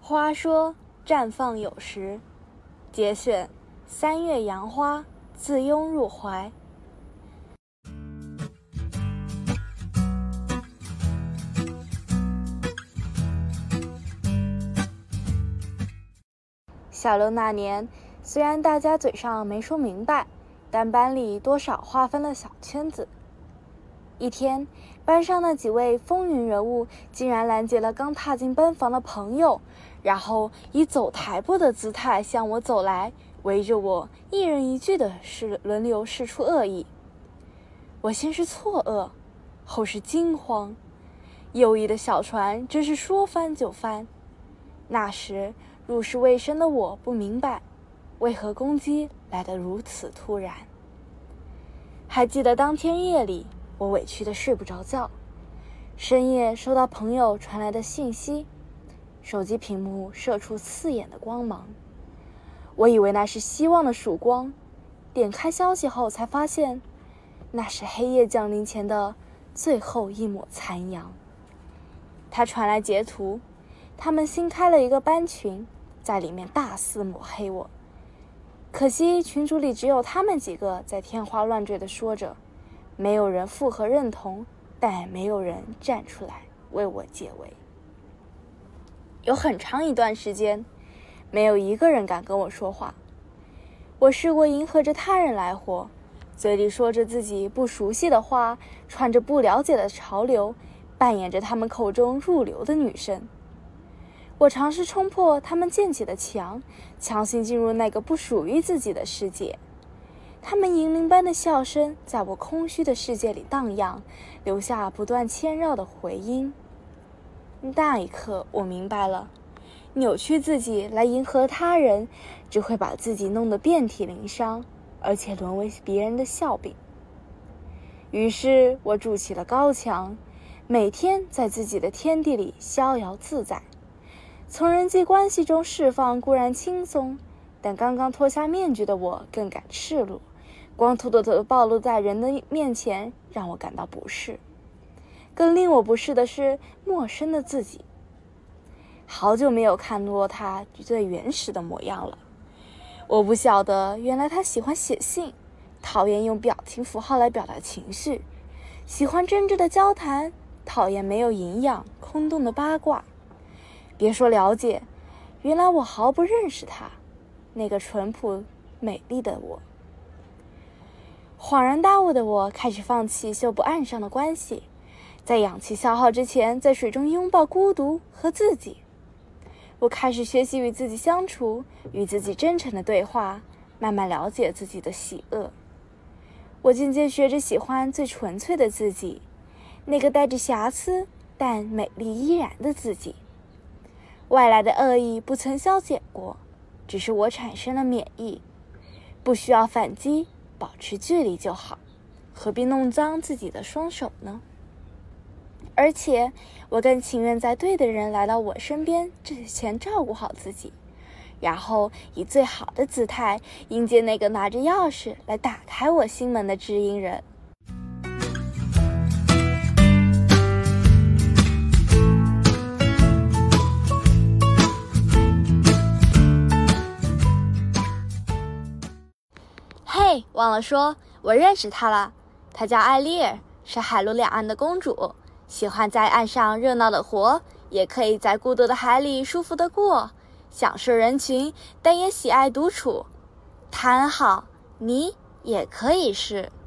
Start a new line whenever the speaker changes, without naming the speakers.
花说绽放有时，节选3月杨花，自拥入怀。小六那年，虽然大家嘴上没说明白，但班里多少划分了小圈子。一天，班上那几位风云人物竟然拦截了刚踏进班房的朋友，然后以走台步的姿态向我走来，围着我一人一句的轮流释出恶意。我先是错愕，后是惊慌，右翼的小船真是说翻就翻。那时入世未深的我不明白，为何攻击来得如此突然。还记得当天夜里，我委屈的睡不着觉，深夜收到朋友传来的信息，手机屏幕射出刺眼的光芒，我以为那是希望的曙光，点开消息后才发现，那是黑夜降临前的最后一抹残阳。他传来截图，他们新开了一个班群，在里面大肆抹黑我，可惜群组里只有他们几个在天花乱坠地说着，没有人附和认同，但也没有人站出来为我解围。有很长一段时间，没有一个人敢跟我说话。我试过迎合着他人来活，嘴里说着自己不熟悉的话，穿着不了解的潮流，扮演着他们口中入流的女生。我尝试冲破他们建起的墙，强行进入那个不属于自己的世界。他们银铃般的笑声在我空虚的世界里荡漾，留下不断牵绕的回音。那一刻我明白了，扭曲自己来迎合他人，只会把自己弄得遍体鳞伤，而且沦为别人的笑柄。于是我筑起了高墙，每天在自己的天地里逍遥自在。从人际关系中释放固然轻松，但刚刚脱下面具的我更感赤裸，光秃秃的暴露在人的面前，让我感到不适。更令我不适的是陌生的自己。好久没有看过他最原始的模样了。我不晓得，原来他喜欢写信，讨厌用表情符号来表达情绪，喜欢真挚的交谈，讨厌没有营养空洞的八卦。别说了解，原来我毫不认识他，那个淳朴美丽的我。恍然大悟的我开始放弃修补岸上的关系，在氧气消耗之前，在水中拥抱孤独和自己。我开始学习与自己相处，与自己真诚的对话，慢慢了解自己的喜恶。我渐渐学着喜欢最纯粹的自己，那个带着瑕疵但美丽依然的自己。外来的恶意不曾消减过，只是我产生了免疫，不需要反击，保持距离就好，何必弄脏自己的双手呢？而且我更情愿在对的人来到我身边之前照顾好自己，然后以最好的姿态迎接那个拿着钥匙来打开我心门的知音人。嘿，忘了说，我认识她了，她叫艾丽尔，是海陆两岸的公主，喜欢在岸上热闹的活，也可以在孤独的海里舒服的过，享受人群，但也喜爱独处。她很好，你也可以是。